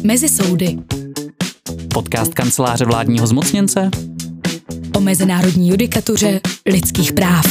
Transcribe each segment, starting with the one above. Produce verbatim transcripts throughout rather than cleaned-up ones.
Mezi soudy. Podcast kanceláře vládního zmocněnce O mezinárodní judikatuře lidských práv.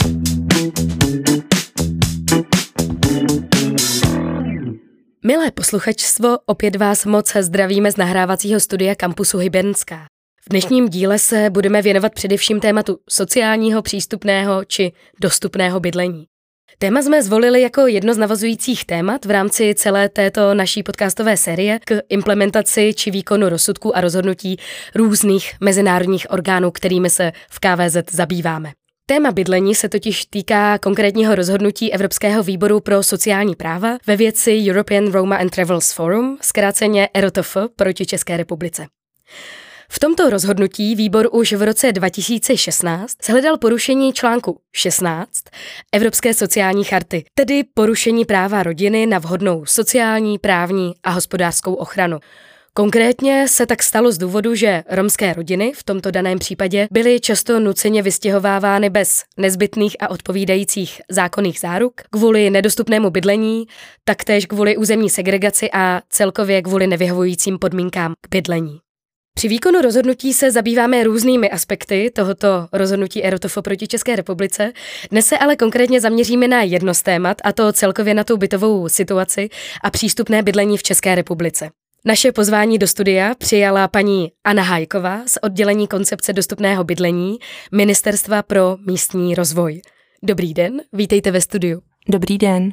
Milé posluchačstvo, opět vás moc zdravíme z nahrávacího studia kampusu Hybernská. V dnešním díle se budeme věnovat především tématu sociálního, přístupného či dostupného bydlení. Téma jsme zvolili jako jedno z navazujících témat v rámci celé této naší podcastové série k implementaci či výkonu rozsudků a rozhodnutí různých mezinárodních orgánů, kterými se v K V Z zabýváme. Téma bydlení se totiž týká konkrétního rozhodnutí Evropského výboru pro sociální práva ve věci European Roma and Travels Forum, zkráceně E R T F, proti České republice. V tomto rozhodnutí výbor už v roce dva tisíce šestnáct shledal porušení článku šestnáct Evropské sociální charty, tedy porušení práva rodiny na vhodnou sociální, právní a hospodářskou ochranu. Konkrétně se tak stalo z důvodu, že romské rodiny v tomto daném případě byly často nuceně vystěhovávány bez nezbytných a odpovídajících zákonných záruk, kvůli nedostupnému bydlení, taktéž kvůli územní segregaci a celkově kvůli nevyhovujícím podmínkám k bydlení. Při výkonu rozhodnutí se zabýváme různými aspekty tohoto rozhodnutí E R T F proti České republice. Dnes se ale konkrétně zaměříme na jedno z témat, a to celkově na tu bytovou situaci a přístupné bydlení v České republice. Naše pozvání do studia přijala paní Anna Hajková z oddělení koncepce dostupného bydlení Ministerstva pro místní rozvoj. Dobrý den, vítejte ve studiu. Dobrý den.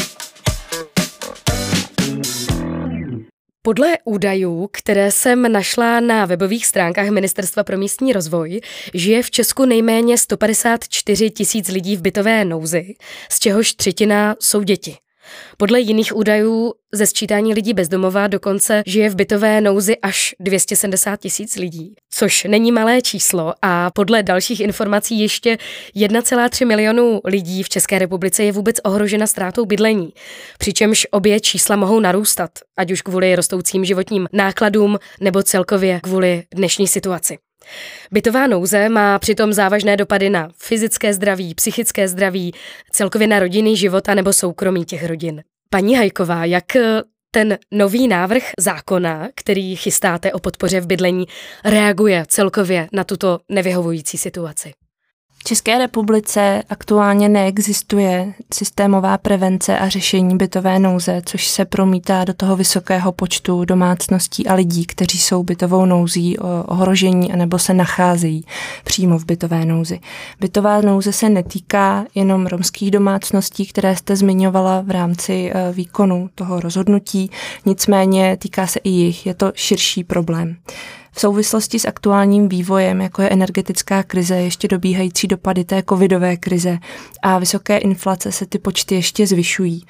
Podle údajů, které jsem našla na webových stránkách Ministerstva pro místní rozvoj, žije v Česku nejméně sto padesát čtyři tisíc lidí v bytové nouzi, z čehož třetina jsou děti. Podle jiných údajů ze sčítání lidí bez domova dokonce žije v bytové nouzi až dvě stě sedmdesát tisíc lidí, což není malé číslo, a podle dalších informací ještě jedna celá tři milionu lidí v České republice je vůbec ohrožena ztrátou bydlení, přičemž obě čísla mohou narůstat, ať už kvůli rostoucím životním nákladům nebo celkově kvůli dnešní situaci. Bytová nouze má přitom závažné dopady na fyzické zdraví, psychické zdraví, celkově na rodinný život a nebo soukromí těch rodin. Paní Hajková, jak ten nový návrh zákona, který chystáte o podpoře v bydlení, reaguje celkově na tuto nevyhovující situaci? V České republice aktuálně neexistuje systémová prevence a řešení bytové nouze, což se promítá do toho vysokého počtu domácností a lidí, kteří jsou bytovou nouzí ohrožení anebo se nacházejí přímo v bytové nouzi. Bytová nouze se netýká jenom romských domácností, které jste zmiňovala v rámci výkonu toho rozhodnutí, nicméně týká se i jich, je to širší problém. V souvislosti s aktuálním vývojem, jako je energetická krize, ještě dobíhající dopady té covidové krize a vysoké inflace, se ty počty ještě zvyšují.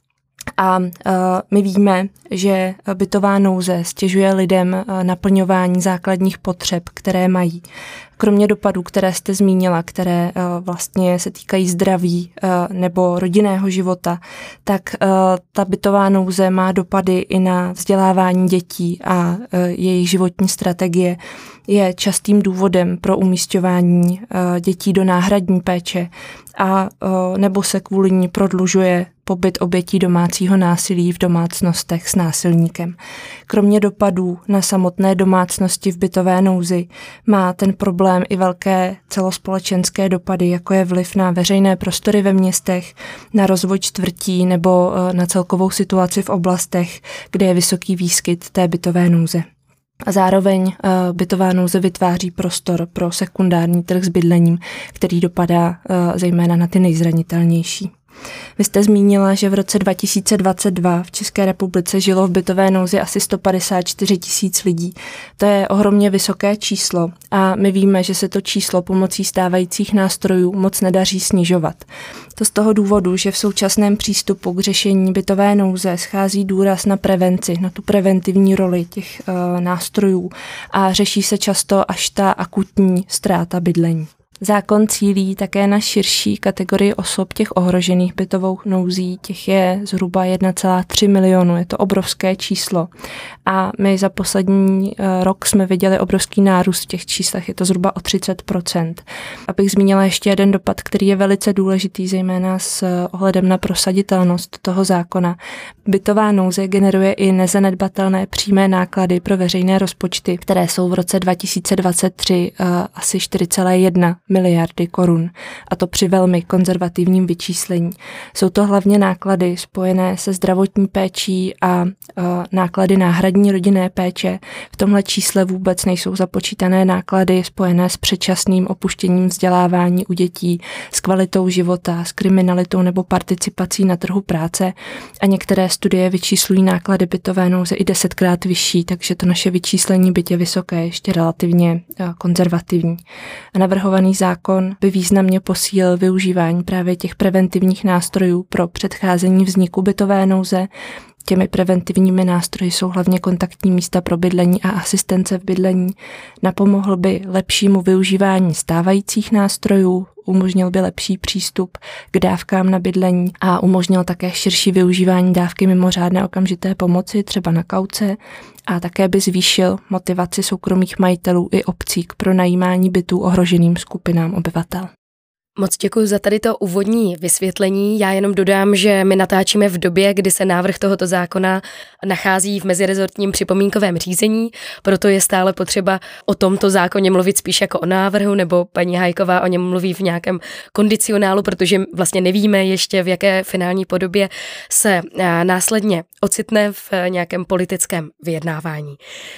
A uh, my víme, že bytová nouze stěžuje lidem uh, naplňování základních potřeb, které mají. Kromě dopadů, které jste zmínila, které uh, vlastně se týkají zdraví uh, nebo rodinného života, tak uh, ta bytová nouze má dopady i na vzdělávání dětí a uh, jejich životní strategie. Je častým důvodem pro umísťování uh, dětí do náhradní péče a uh, nebo se kvůli ní prodlužuje pobyt obětí domácího násilí v domácnostech s násilníkem. Kromě dopadů na samotné domácnosti v bytové nouzi má ten problém i velké celospolečenské dopady, jako je vliv na veřejné prostory ve městech, na rozvoj čtvrtí nebo na celkovou situaci v oblastech, kde je vysoký výskyt té bytové nouze. A zároveň uh, bytová nouze vytváří prostor pro sekundární trh s bydlením, který dopadá uh, zejména na ty nejzranitelnější. Vy jste zmínila, že v roce dva tisíce dvacet dva v České republice žilo v bytové nouzi asi sto padesát čtyři tisíc lidí. To je ohromně vysoké číslo a my víme, že se to číslo pomocí stávajících nástrojů moc nedaří snižovat. To z toho důvodu, že v současném přístupu k řešení bytové nouze schází důraz na prevenci, na tu preventivní roli těch uh, nástrojů a řeší se často až ta akutní ztráta bydlení. Zákon cílí také na širší kategorii osob těch ohrožených bytovou nouzí, těch je zhruba jedna celá tři milionu, je to obrovské číslo. A my za poslední rok jsme viděli obrovský nárůst v těch číslech, je to zhruba o třicet procent. Abych zmínila ještě jeden dopad, který je velice důležitý, zejména s ohledem na prosaditelnost toho zákona. Bytová nouze generuje i nezanedbatelné přímé náklady pro veřejné rozpočty, které jsou v roce dva tisíce dvacet tři uh, asi čtyři celé jedna miliardy korun, a to při velmi konzervativním vyčíslení. Jsou to hlavně náklady spojené se zdravotní péčí a uh, náklady náhradní rodinné péče. V tomhle čísle vůbec nejsou započítané náklady spojené s předčasným opuštěním vzdělávání u dětí, s kvalitou života, s kriminalitou nebo participací na trhu práce, a některé studie vyčíslují náklady bytové nouze i desetkrát vyšší, takže to naše vyčíslení byť je vysoké, ještě relativně konzervativní. A navrhovaný zákon by významně posílil využívání právě těch preventivních nástrojů pro předcházení vzniku bytové nouze. Těmi preventivními nástroji jsou hlavně kontaktní místa pro bydlení a asistence v bydlení. Napomohl by lepšímu využívání stávajících nástrojů, umožnil by lepší přístup k dávkám na bydlení a umožnil také širší využívání dávky mimořádné okamžité pomoci, třeba na kauce, a také by zvýšil motivaci soukromých majitelů i obcí k pronajímání bytů ohroženým skupinám obyvatel. Moc děkuji za tady to úvodní vysvětlení. Já jenom dodám, že my natáčíme v době, kdy se návrh tohoto zákona nachází v mezirezortním připomínkovém řízení, proto je stále potřeba o tomto zákoně mluvit spíš jako o návrhu, nebo paní Hajková o něm mluví v nějakém kondicionálu, protože vlastně nevíme ještě, v jaké finální podobě se následně ocitne v nějakém politickém vyjednávání.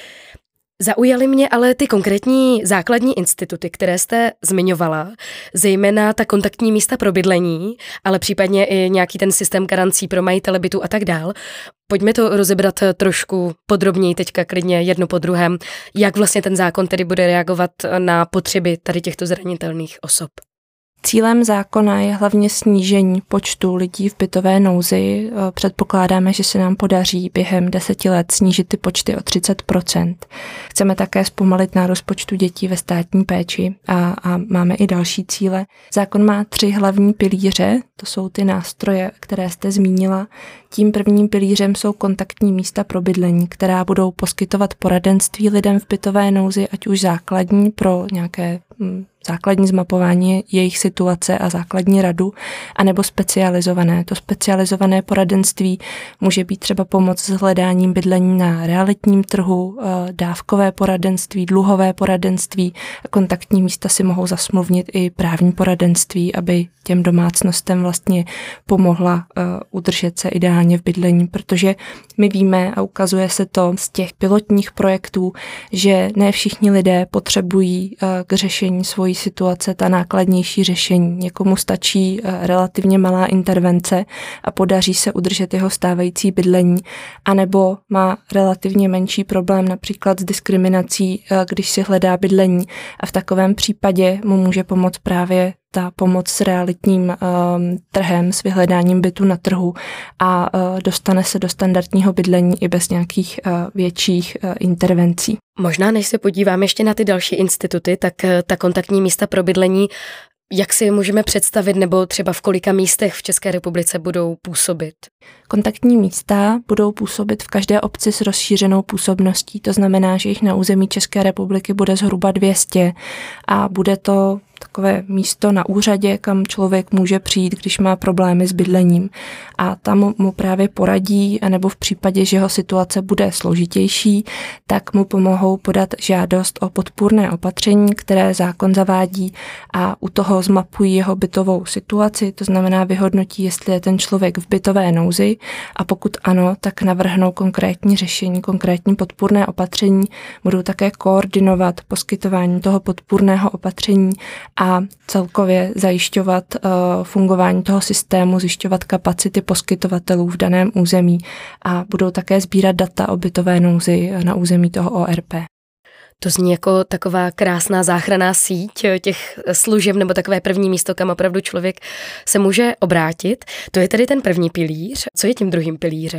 Zaujaly mě ale ty konkrétní základní instituty, které jste zmiňovala, zejména ta kontaktní místa pro bydlení, ale případně i nějaký ten systém garancí pro majitele bytu a tak dál. Pojďme to rozebrat trošku podrobněji teďka klidně jedno po druhém, jak vlastně ten zákon tedy bude reagovat na potřeby tady těchto zranitelných osob. Cílem zákona je hlavně snížení počtu lidí v bytové nouzi. Předpokládáme, že se nám podaří během deseti let snížit ty počty o třicet procent. Chceme také zpomalit nárůst počtu dětí ve státní péči a, a máme i další cíle. Zákon má tři hlavní pilíře, to jsou ty nástroje, které jste zmínila. Tím prvním pilířem jsou kontaktní místa pro bydlení, která budou poskytovat poradenství lidem v bytové nouzi, ať už základní pro nějaké hm, základní zmapování jejich situace a základní radu, anebo specializované. To specializované poradenství může být třeba pomoc s hledáním bydlení na realitním trhu, dávkové poradenství, dluhové poradenství. Kontaktní místa si mohou zasmluvnit i právní poradenství, aby těm domácnostem vlastně pomohla udržet se ideálně v bydlení, protože my víme a ukazuje se to z těch pilotních projektů, že ne všichni lidé potřebují k řešení svojí situace ta nákladnější řešení. Někomu stačí relativně malá intervence a podaří se udržet jeho stávající bydlení, anebo má relativně menší problém například s diskriminací, když si hledá bydlení, a v takovém případě mu může pomoct právě ta pomoc s realitním uh, trhem, s vyhledáním bytu na trhu a uh, dostane se do standardního bydlení i bez nějakých uh, větších uh, intervencí. Možná než se podíváme ještě na ty další instituty, tak uh, ta kontaktní místa pro bydlení, jak si je můžeme představit, nebo třeba v kolika místech v České republice budou působit? Kontaktní místa budou působit v každé obci s rozšířenou působností, to znamená, že jich na území České republiky bude zhruba dvě stě a bude to takové místo na úřadě, kam člověk může přijít, když má problémy s bydlením, a tam mu právě poradí, anebo v případě, že jeho situace bude složitější, tak mu pomohou podat žádost o podpůrné opatření, které zákon zavádí, a u toho zmapují jeho bytovou situaci, to znamená vyhodnotí, jestli je ten člověk v bytové nouzi, a pokud ano, tak navrhnou konkrétní řešení, konkrétní podpůrné opatření, budou také koordinovat poskytování toho podpůrného opatření a celkově zajišťovat uh, fungování toho systému, zjišťovat kapacity poskytovatelů v daném území a budou také sbírat data o bytové nouzi na území toho O R P. To zní jako taková krásná záchranná síť těch služeb, nebo takové první místo, kam opravdu člověk se může obrátit. To je tedy ten první pilíř. Co je tím druhým pilířem?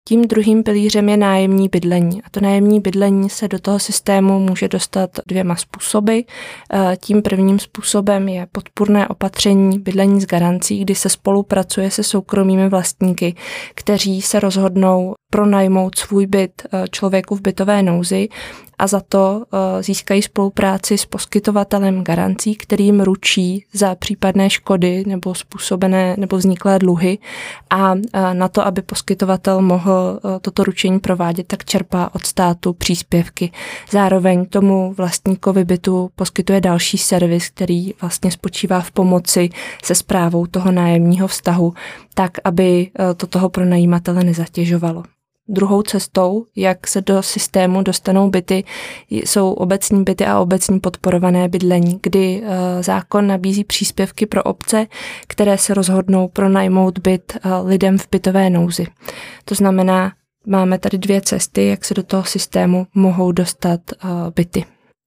Tím druhým pilířem je nájemní bydlení. A to nájemní bydlení se do toho systému může dostat dvěma způsoby. Tím prvním způsobem je podpůrné opatření bydlení s garancí, kdy se spolupracuje se soukromými vlastníky, kteří se rozhodnou pronajmout svůj byt člověku v bytové nouzi a za to získají spolupráci s poskytovatelem garancí, kterým ručí za případné škody nebo způsobené nebo vzniklé dluhy a na to, aby poskytovatel mohl toto ručení provádět, tak čerpá od státu příspěvky. Zároveň tomu vlastníkovi bytu poskytuje další servis, který vlastně spočívá v pomoci se správou toho nájemního vztahu, tak, aby to toho pronajímatele nezatěžovalo. Druhou cestou, jak se do systému dostanou byty, jsou obecní byty a obecní podporované bydlení, kdy zákon nabízí příspěvky pro obce, které se rozhodnou pronajmout byt lidem v bytové nouzi. To znamená, máme tady dvě cesty, jak se do toho systému mohou dostat byty.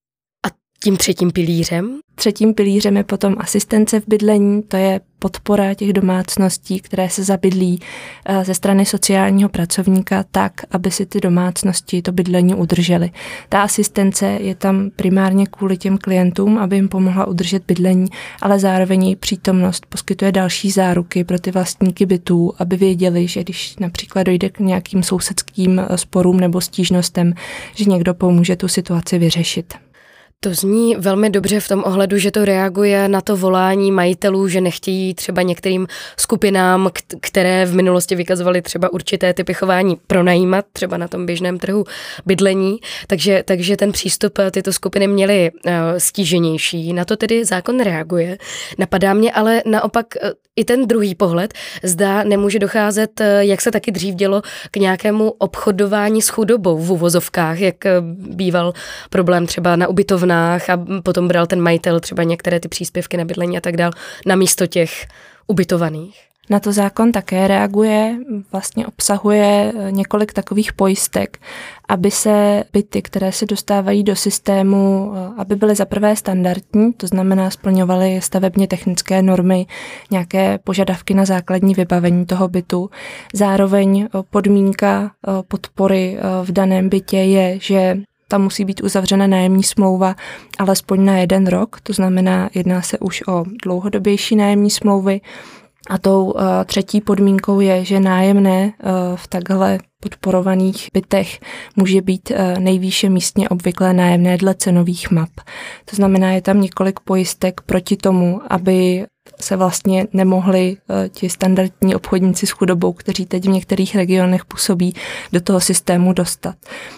Tím třetím pilířem? Třetím pilířem je potom asistence v bydlení, to je podpora těch domácností, které se zabydlí ze strany sociálního pracovníka tak, aby si ty domácnosti to bydlení udržely. Ta asistence je tam primárně kvůli těm klientům, aby jim pomohla udržet bydlení, ale zároveň její přítomnost poskytuje další záruky pro ty vlastníky bytů, aby věděli, že když například dojde k nějakým sousedským sporům nebo stížnostem, že někdo pomůže tu situaci vyřešit. To zní velmi dobře v tom ohledu, že to reaguje na to volání majitelů, že nechtějí třeba některým skupinám, které v minulosti vykazovaly třeba určité typy chování, pronajímat třeba na tom běžném trhu bydlení, takže, takže ten přístup tyto skupiny měly uh, stíženější. Na to tedy zákon reaguje. Napadá mě ale naopak uh, i ten druhý pohled, zda nemůže docházet, uh, jak se taky dřív dělo, k nějakému obchodování s chudobou v uvozovkách, jak uh, býval problém třeba na ubytovnách a potom bral ten majitel třeba některé ty příspěvky na bydlení a tak dál na místo těch ubytovaných. Na to zákon také reaguje, vlastně obsahuje několik takových pojistek, aby se byty, které se dostávají do systému, aby byly zaprvé standardní, to znamená splňovaly stavebně technické normy, nějaké požadavky na základní vybavení toho bytu. Zároveň podmínka podpory v daném bytě je, že tam musí být uzavřena nájemní smlouva alespoň na jeden rok, to znamená, jedná se už o dlouhodobější nájemní smlouvy. A tou uh, třetí podmínkou je, že nájemné uh, v takhle podporovaných bytech může být uh, nejvýše místně obvyklé nájemné dle cenových map. To znamená, je tam několik pojistek proti tomu, aby se vlastně nemohli uh, ti standardní obchodníci s chudobou, kteří teď v některých regionech působí, do toho systému dostat.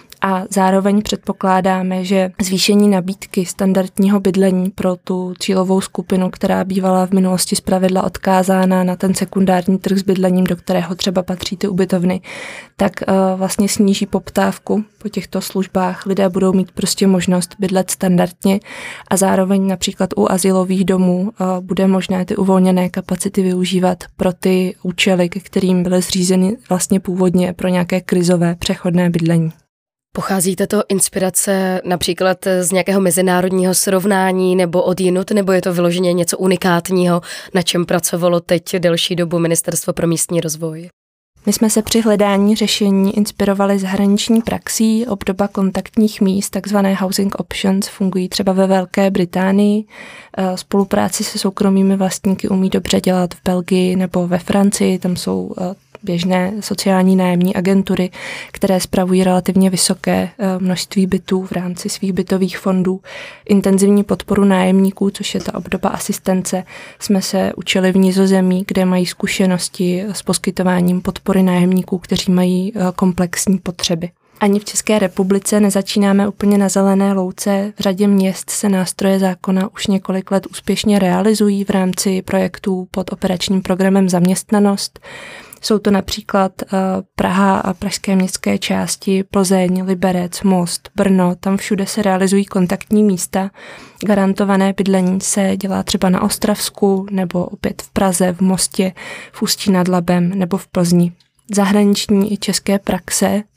A zároveň předpokládáme, že zvýšení nabídky standardního bydlení pro tu cílovou skupinu, která bývala v minulosti zpravidla odkázána na ten sekundární trh s bydlením, do kterého třeba patří ty ubytovny, tak uh, vlastně sníží poptávku po těchto službách. Lidé budou mít prostě možnost bydlet standardně a zároveň například u azylových domů uh, bude možné ty uvolněné kapacity využívat pro ty účely, ke kterým byly zřízeny vlastně původně pro nějaké krizové přechodné bydlení. Pochází tato inspirace například z nějakého mezinárodního srovnání nebo odjinud, nebo je to vyloženě něco unikátního, na čem pracovalo teď delší dobu Ministerstvo pro místní rozvoj? My jsme se při hledání řešení inspirovali zahraniční praxí, obdoba kontaktních míst, takzvané housing options, fungují třeba ve Velké Británii. Spolupráci se soukromými vlastníky umí dobře dělat v Belgii nebo ve Francii, tam jsou běžné sociální nájemní agentury, které spravují relativně vysoké množství bytů v rámci svých bytových fondů. Intenzivní podporu nájemníků, což je ta obdoba asistence, jsme se učili v Nizozemí, kde mají zkušenosti s poskytováním podpory nájemníků, kteří mají komplexní potřeby. Ani v České republice nezačínáme úplně na zelené louce. V řadě měst se nástroje zákona už několik let úspěšně realizují v rámci projektů pod operačním programem Zaměstnanost. Jsou to například Praha a pražské městské části, Plzeň, Liberec, Most, Brno, tam všude se realizují kontaktní místa. Garantované bydlení se dělá třeba na Ostravsku nebo opět v Praze, v Mostě, v Ústí nad Labem nebo v Plzni. Zahraniční i české praxe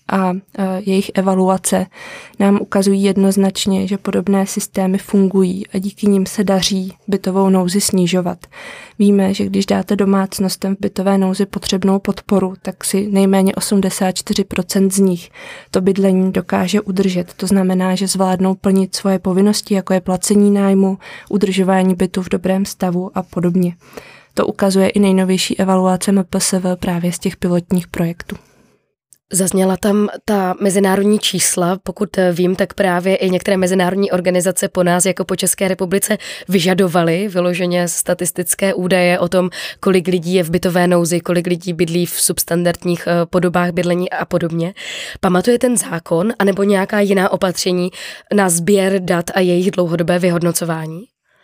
a jejich evaluace nám ukazují jednoznačně, že podobné systémy fungují a díky nim se daří bytovou nouzi snižovat. Víme, že když dáte domácnostem v bytové nouzi potřebnou podporu, tak si nejméně osmdesát čtyři procent z nich to bydlení dokáže udržet. To znamená, že zvládnou plnit svoje povinnosti, jako je placení nájmu, udržování bytu v dobrém stavu a podobně. To ukazuje i nejnovější evaluace M P S V právě z těch pilotních projektů. Zazněla tam ta mezinárodní čísla, pokud vím, tak právě i některé mezinárodní organizace po nás jako po České republice vyžadovaly vyloženě statistické údaje o tom, kolik lidí je v bytové nouzi, kolik lidí bydlí v substandardních podobách bydlení a podobně. Pamatuje ten zákon anebo nějaká jiná opatření na sběr dat a jejich dlouhodobé vyhodnocování?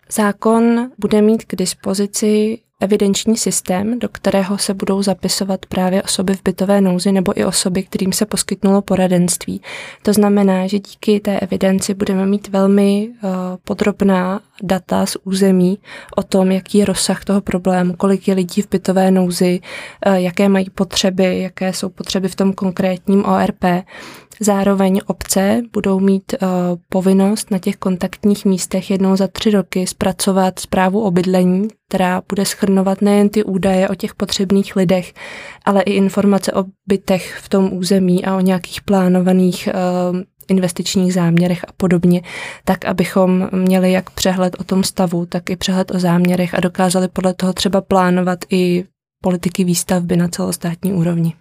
Zákon bude mít k dispozici evidenční systém, do kterého se budou zapisovat právě osoby v bytové nouzi nebo i osoby, kterým se poskytnulo poradenství. To znamená, že díky té evidenci budeme mít velmi uh, podrobná data z území o tom, jaký je rozsah toho problému, kolik je lidí v bytové nouzi, uh, jaké mají potřeby, jaké jsou potřeby v tom konkrétním O R P. Zároveň obce budou mít uh, povinnost na těch kontaktních místech jednou za tři roky zpracovat zprávu o bydlení, která bude shrnovat nejen ty údaje o těch potřebných lidech, ale i informace o bytech v tom území a o nějakých plánovaných uh, investičních záměrech a podobně, tak abychom měli jak přehled o tom stavu, tak i přehled o záměrech a dokázali podle toho třeba plánovat i politiky výstavby na celostátní úrovni.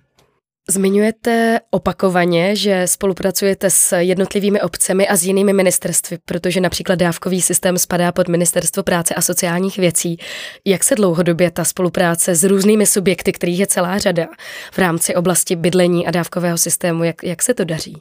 Zmiňujete opakovaně, že spolupracujete s jednotlivými obcemi a s jinými ministerstvy, protože například dávkový systém spadá pod Ministerstvo práce a sociálních věcí. Jak se dlouhodobě ta spolupráce s různými subjekty, kterých je celá řada, v rámci oblasti bydlení a dávkového systému, jak, jak se to daří?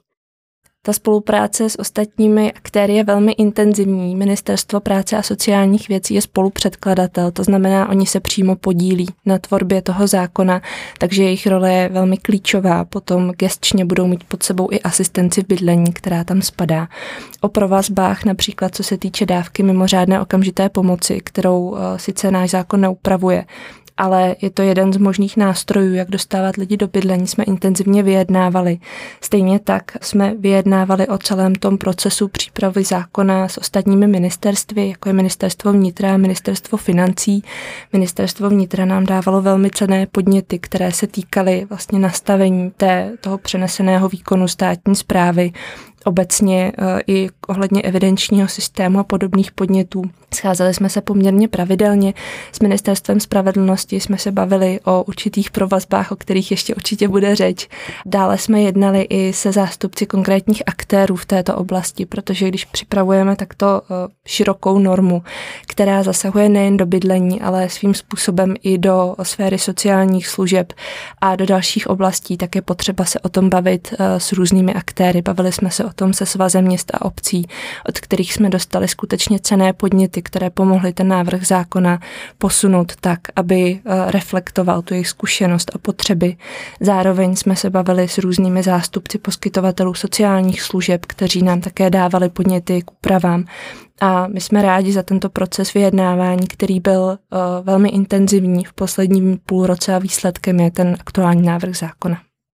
Ta spolupráce s ostatními aktéry je velmi intenzivní. Ministerstvo práce a sociálních věcí je spolupředkladatel, to znamená, oni se přímo podílí na tvorbě toho zákona, takže jejich role je velmi klíčová. Potom gestčně budou mít pod sebou i asistenci v bydlení, která tam spadá. O provazbách, například co se týče dávky mimořádné okamžité pomoci, kterou uh, sice náš zákon neupravuje, ale je to jeden z možných nástrojů, jak dostávat lidi do bydlení, jsme intenzivně vyjednávali. Stejně tak jsme vyjednávali o celém tom procesu přípravy zákona s ostatními ministerstvy, jako je Ministerstvo vnitra a Ministerstvo financí. Ministerstvo vnitra nám dávalo velmi cenné podněty, které se týkaly vlastně nastavení té, toho přeneseného výkonu státní správy, obecně i ohledně evidenčního systému a podobných podnětů. Scházeli jsme se poměrně pravidelně s Ministerstvem spravedlnosti, jsme se bavili o určitých provazbách, o kterých ještě určitě bude řeč. Dále jsme jednali i se zástupci konkrétních aktérů v této oblasti, protože když připravujeme takto širokou normu, která zasahuje nejen do bydlení, ale svým způsobem i do sféry sociálních služeb a do dalších oblastí, tak je potřeba se o tom bavit s různými aktéry. Bavili jsme se o tom se Svazem měst a obcí, od kterých jsme dostali skutečně cenné podněty, které pomohly ten návrh zákona posunout tak, aby reflektoval tu jejich zkušenost a potřeby. Zároveň jsme se bavili s různými zástupci poskytovatelů sociálních služeb, kteří nám také dávali podněty k úpravám. A my jsme rádi za tento proces vyjednávání, který byl uh, velmi intenzivní v posledním půlroce a výsledkem je ten aktuální návrh zákona.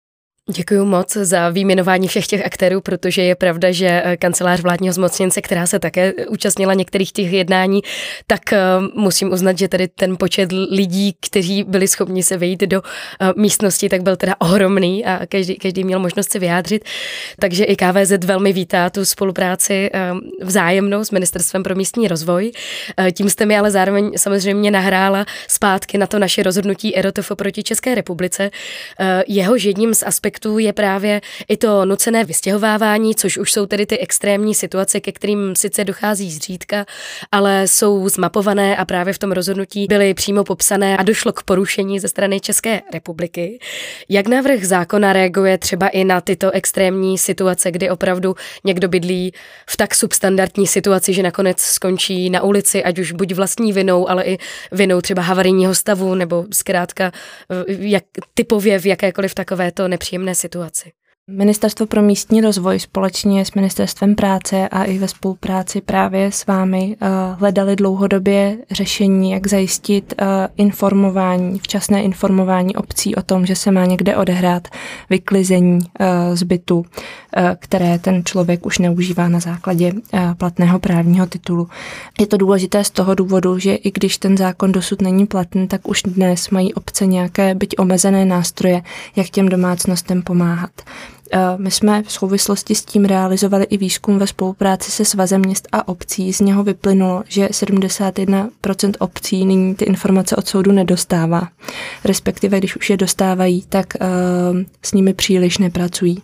Děkuji moc za vyjmenování všech těch aktérů, protože je pravda, že kancelář vládního zmocněnce, která se také účastnila některých těch jednání, tak musím uznat, že tady ten počet lidí, kteří byli schopni se vejít do místnosti, tak byl teda ohromný a každý, každý měl možnost se vyjádřit. Takže i K V Z velmi vítá tu spolupráci vzájemnou s Ministerstvem pro místní rozvoj. Tím jste mi ale zároveň samozřejmě nahrála zpátky na to naše rozhodnutí E R O T F proti České republice. Jehož jedním z aspektů je právě i to nucené vystěhovávání, což už jsou tedy ty extrémní situace, ke kterým sice dochází zřídka, ale jsou zmapované a právě v tom rozhodnutí byly přímo popsané a došlo k porušení ze strany České republiky. Jak návrh zákona reaguje třeba i na tyto extrémní situace, kdy opravdu někdo bydlí v tak substandardní situaci, že nakonec skončí na ulici, ať už buď vlastní vinou, ale i vinou třeba havarijního stavu nebo zkrátka jak, typově v jakékoliv takovéto nepříjemné situaci? Ministerstvo pro místní rozvoj společně s Ministerstvem práce a i ve spolupráci právě s vámi hledali dlouhodobě řešení, jak zajistit informování, včasné informování obcí o tom, že se má někde odehrát vyklizení z bytu, které ten člověk už neužívá na základě platného právního titulu. Je to důležité z toho důvodu, že i když ten zákon dosud není platný, tak už dnes mají obce nějaké, byť omezené nástroje, jak těm domácnostem pomáhat. My jsme v souvislosti s tím realizovali i výzkum ve spolupráci se Svazem měst a obcí. Z něho vyplynulo, že sedmdesát jedna procent obcí nyní ty informace od soudu nedostává. Respektive, když už je dostávají, tak uh, s nimi příliš nepracují.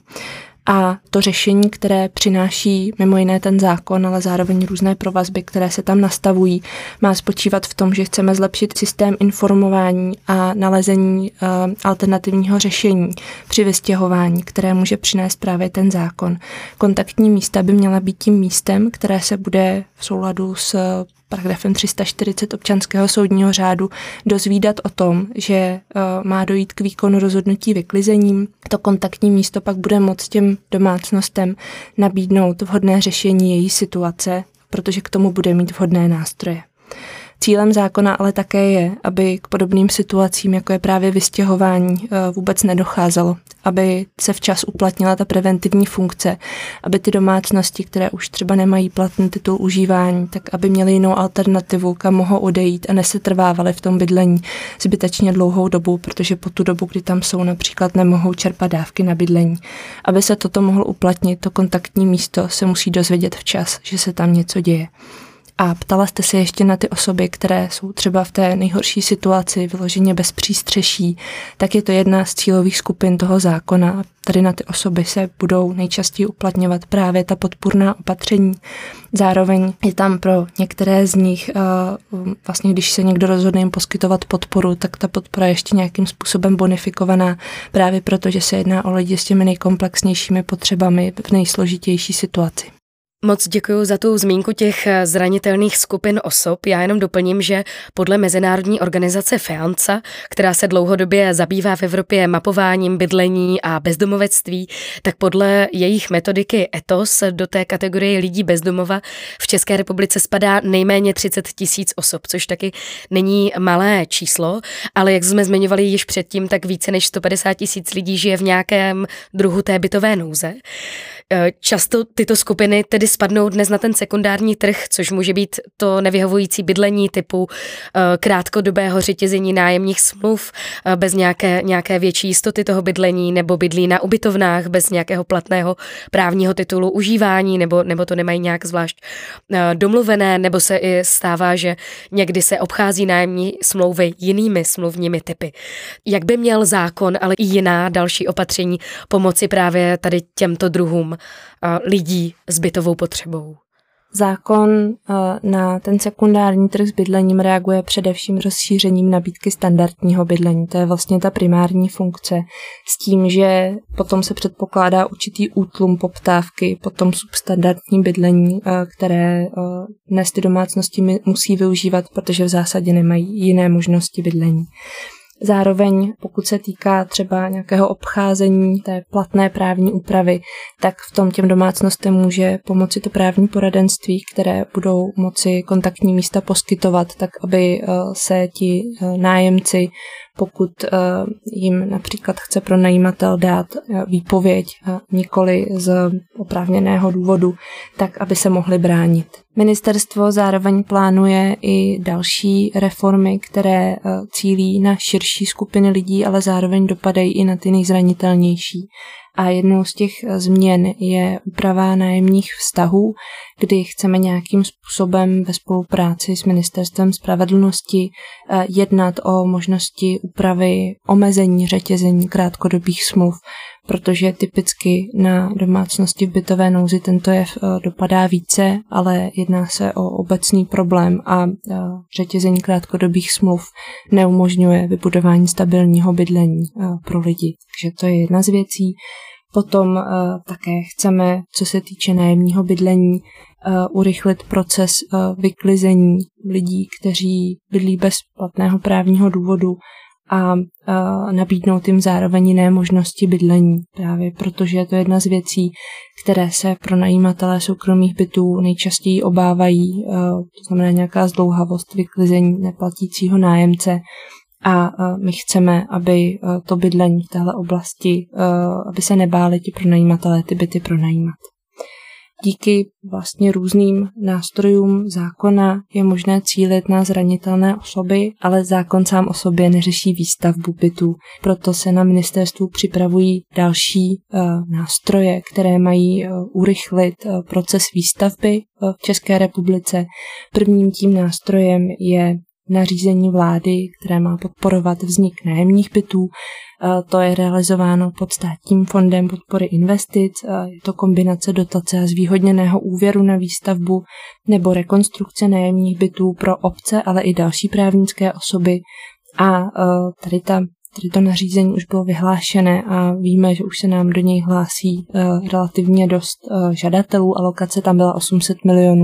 A to řešení, které přináší mimo jiné ten zákon, ale zároveň různé provazby, které se tam nastavují, má spočívat v tom, že chceme zlepšit systém informování a nalezení uh, alternativního řešení při vystěhování, které může přinést právě ten zákon. Kontaktní místa by měla být tím místem, které se bude v souladu s paragrafem tři sta čtyřicet občanského soudního řádu dozvídat o tom, že uh, má dojít k výkonu rozhodnutí vyklizením. To kontaktní místo pak bude moct těm domácnostem nabídnout vhodné řešení její situace, protože k tomu bude mít vhodné nástroje. Cílem zákona ale také je, aby k podobným situacím, jako je právě vystěhování, vůbec nedocházelo, aby se včas uplatnila ta preventivní funkce, aby ty domácnosti, které už třeba nemají platný titul užívání, tak aby měly jinou alternativu, kam mohou odejít a nesetrvávaly v tom bydlení zbytečně dlouhou dobu, protože po tu dobu, kdy tam jsou, například nemohou čerpat dávky na bydlení. Aby se toto mohlo uplatnit, to kontaktní místo se musí dozvědět včas, že se tam něco děje. A ptala jste se ještě na ty osoby, které jsou třeba v té nejhorší situaci, vyloženě bez přístřeší, tak je to jedna z cílových skupin toho zákona. Tady na ty osoby se budou nejčastěji uplatňovat právě ta podpůrná opatření. Zároveň je tam pro některé z nich, vlastně když se někdo rozhodne jim poskytovat podporu, tak ta podpora je ještě nějakým způsobem bonifikovaná, právě proto, že se jedná o lidi s těmi nejkomplexnějšími potřebami v nejsložitější situaci. Moc děkuji za tu zmínku těch zranitelných skupin osob. Já jenom doplním, že podle mezinárodní organizace FEANZA, která se dlouhodobě zabývá v Evropě mapováním bydlení a bezdomovectví, tak podle jejich metodiky ETOS do té kategorie lidí bezdomova v České republice spadá nejméně třicet tisíc osob, což taky není malé číslo, ale jak jsme zmiňovali již předtím, tak více než sto padesát tisíc lidí žije v nějakém druhu té bytové nouze. Často tyto skupiny tedy spadnou dnes na ten sekundární trh, což může být to nevyhovující bydlení typu krátkodobého řetězení nájemních smluv bez nějaké, nějaké větší jistoty toho bydlení, nebo bydlí na ubytovnách bez nějakého platného právního titulu užívání, nebo, nebo to nemají nějak zvlášť domluvené, nebo se i stává, že někdy se obchází nájemní smlouvy jinými smluvními typy. Jak by měl zákon, ale i jiná další opatření pomoci právě tady těmto druhům lidí s bytovou potřebou? Zákon na ten sekundární trh s bydlením reaguje především rozšířením nabídky standardního bydlení. To je vlastně ta primární funkce. S tím, že potom se předpokládá určitý útlum poptávky, potom substandardní bydlení, které dnes ty domácnosti musí využívat, protože v zásadě nemají jiné možnosti bydlení. Zároveň, pokud se týká třeba nějakého obcházení té platné právní úpravy, tak v tom těm domácnostem může pomoci to právní poradenství, které budou moci kontaktní místa poskytovat, tak aby se ti nájemci, pokud jim například chce pronajímatel dát výpověď nikoli z oprávněného důvodu, tak aby se mohli bránit. Ministerstvo zároveň plánuje i další reformy, které cílí na širší skupiny lidí, ale zároveň dopadají i na ty nejzranitelnější. A jednou z těch změn je úprava nájemních vztahů, kdy chceme nějakým způsobem ve spolupráci s Ministerstvem spravedlnosti jednat o možnosti úpravy omezení řetězení krátkodobých smluv, protože typicky na domácnosti v bytové nouzi tento jev dopadá více, ale jedná se o obecný problém a řetězení krátkodobých smluv neumožňuje vybudování stabilního bydlení pro lidi. Takže to je jedna z věcí. Potom uh, také chceme, co se týče nájemního bydlení, uh, urychlit proces uh, vyklizení lidí, kteří bydlí bez platného právního důvodu a, a nabídnout jim zároveň jiné možnosti bydlení, právě protože je to jedna z věcí, které se pro najímatelé soukromých bytů nejčastěji obávají, to znamená nějaká zdlouhavost vyklizení neplatícího nájemce. A my chceme, aby to bydlení v téhle oblasti, aby se nebáli ti pronajímatelé ty byty pronajímat. Díky vlastně různým nástrojům zákona je možné cílit na zranitelné osoby, ale zákon sám o sobě neřeší výstavbu bytů. Proto se na ministerstvu připravují další nástroje, které mají urychlit proces výstavby v České republice. Prvním tím nástrojem je nařízení vlády, které má podporovat vznik nájemních bytů. To je realizováno pod státním fondem podpory investic. Je to kombinace dotace a zvýhodněného úvěru na výstavbu nebo rekonstrukce nájemních bytů pro obce, ale i další právnické osoby. A tady, ta, tady to nařízení už bylo vyhlášené a víme, že už se nám do něj hlásí relativně dost žadatelů. Alokace tam byla osm set milionů.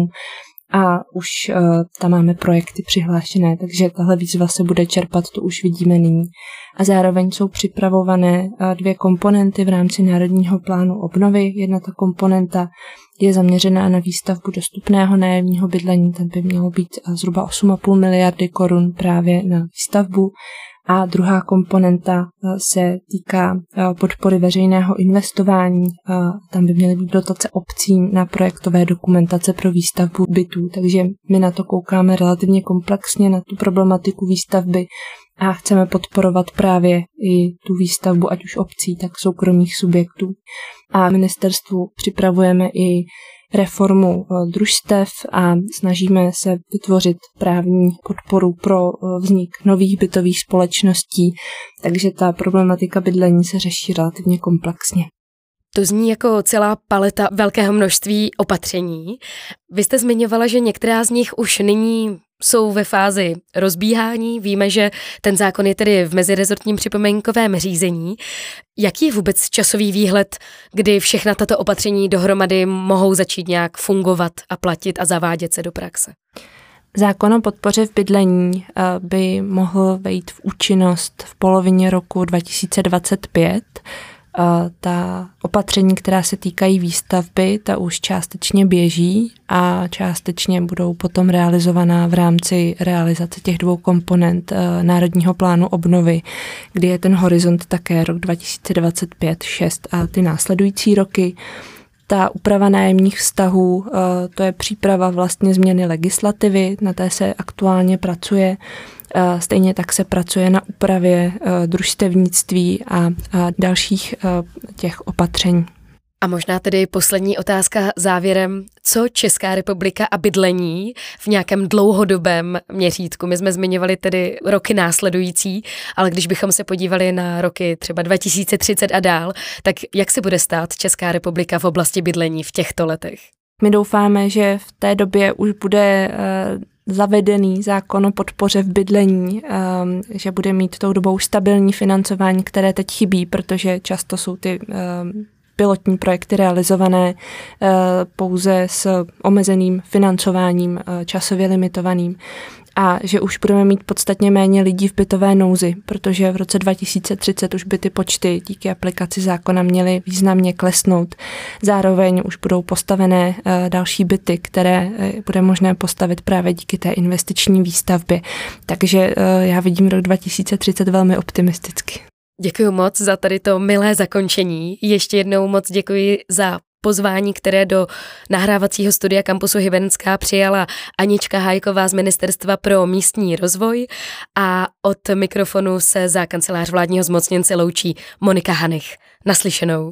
A už uh, tam máme projekty přihlášené, takže tahle výzva se bude čerpat, to už vidíme nyní. A zároveň jsou připravované uh, dvě komponenty v rámci Národního plánu obnovy. Jedna ta komponenta je zaměřená na výstavbu dostupného nájemního bydlení, tam by mělo být uh, zhruba osm celá pět miliardy korun právě na výstavbu. A druhá komponenta se týká podpory veřejného investování. Tam by měly být dotace obcím na projektové dokumentace pro výstavbu bytů. Takže my na to koukáme relativně komplexně, na tu problematiku výstavby a chceme podporovat právě i tu výstavbu, ať už obcí, tak soukromých subjektů. A ministerstvu připravujeme i reformu družstev a snažíme se vytvořit právní podporu pro vznik nových bytových společností, takže ta problematika bydlení se řeší relativně komplexně. To zní jako celá paleta velkého množství opatření. Vy jste zmiňovala, že některá z nich už nyní jsou ve fázi rozbíhání. Víme, že ten zákon je tedy v mezirezortním připomínkovém řízení. Jaký je vůbec časový výhled, kdy všechna tato opatření dohromady mohou začít nějak fungovat a platit a zavádět se do praxe? Zákon o podpoře v bydlení by mohl vejít v účinnost v polovině roku dva tisíce dvacet pět. Ta opatření, která se týkají výstavby, ta už částečně běží a částečně budou potom realizovaná v rámci realizace těch dvou komponent Národního plánu obnovy, kdy je ten horizont také rok dva tisíce dvacet pět šest a ty následující roky. Ta úprava nájemních vztahů, to je příprava vlastně změny legislativy, na té se aktuálně pracuje. Stejně tak se pracuje na úpravě družstevnictví a dalších těch opatření. A možná tedy poslední otázka závěrem. Co Česká republika a bydlení v nějakém dlouhodobém měřítku? My jsme zmiňovali tedy roky následující, ale když bychom se podívali na roky třeba dva tisíce třicet a dál, tak jak se bude stát Česká republika v oblasti bydlení v těchto letech? My doufáme, že v té době už bude zavedený zákon o podpoře v bydlení, že bude mít tou dobou stabilní financování, které teď chybí, protože často jsou ty pilotní projekty realizované pouze s omezeným financováním, časově limitovaným. A že už budeme mít podstatně méně lidí v bytové nouzi, protože v roce dva tisíce třicet už by ty počty díky aplikaci zákona měly významně klesnout. Zároveň už budou postavené další byty, které bude možné postavit právě díky té investiční výstavbě. Takže já vidím rok dva tisíce třicet velmi optimisticky. Děkuji moc za tady to milé zakončení. Ještě jednou moc děkuji za pozvání, které do nahrávacího studia Kampusu Hybenská přijala Anička Hájková z Ministerstva pro místní rozvoj a od mikrofonu se za kancelář vládního zmocněnce loučí Monika Hanich. Naslyšenou.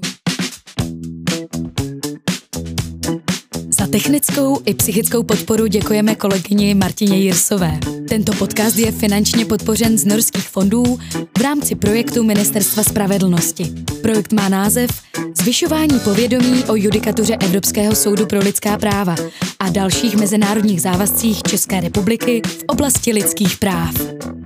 Za technickou i psychickou podporu děkujeme kolegyni Martině Jirsové. Tento podcast je finančně podpořen z norských fondů v rámci projektu Ministerstva spravedlnosti. Projekt má název Zvyšování povědomí o judikatuře Evropského soudu pro lidská práva a dalších mezinárodních závazcích České republiky v oblasti lidských práv.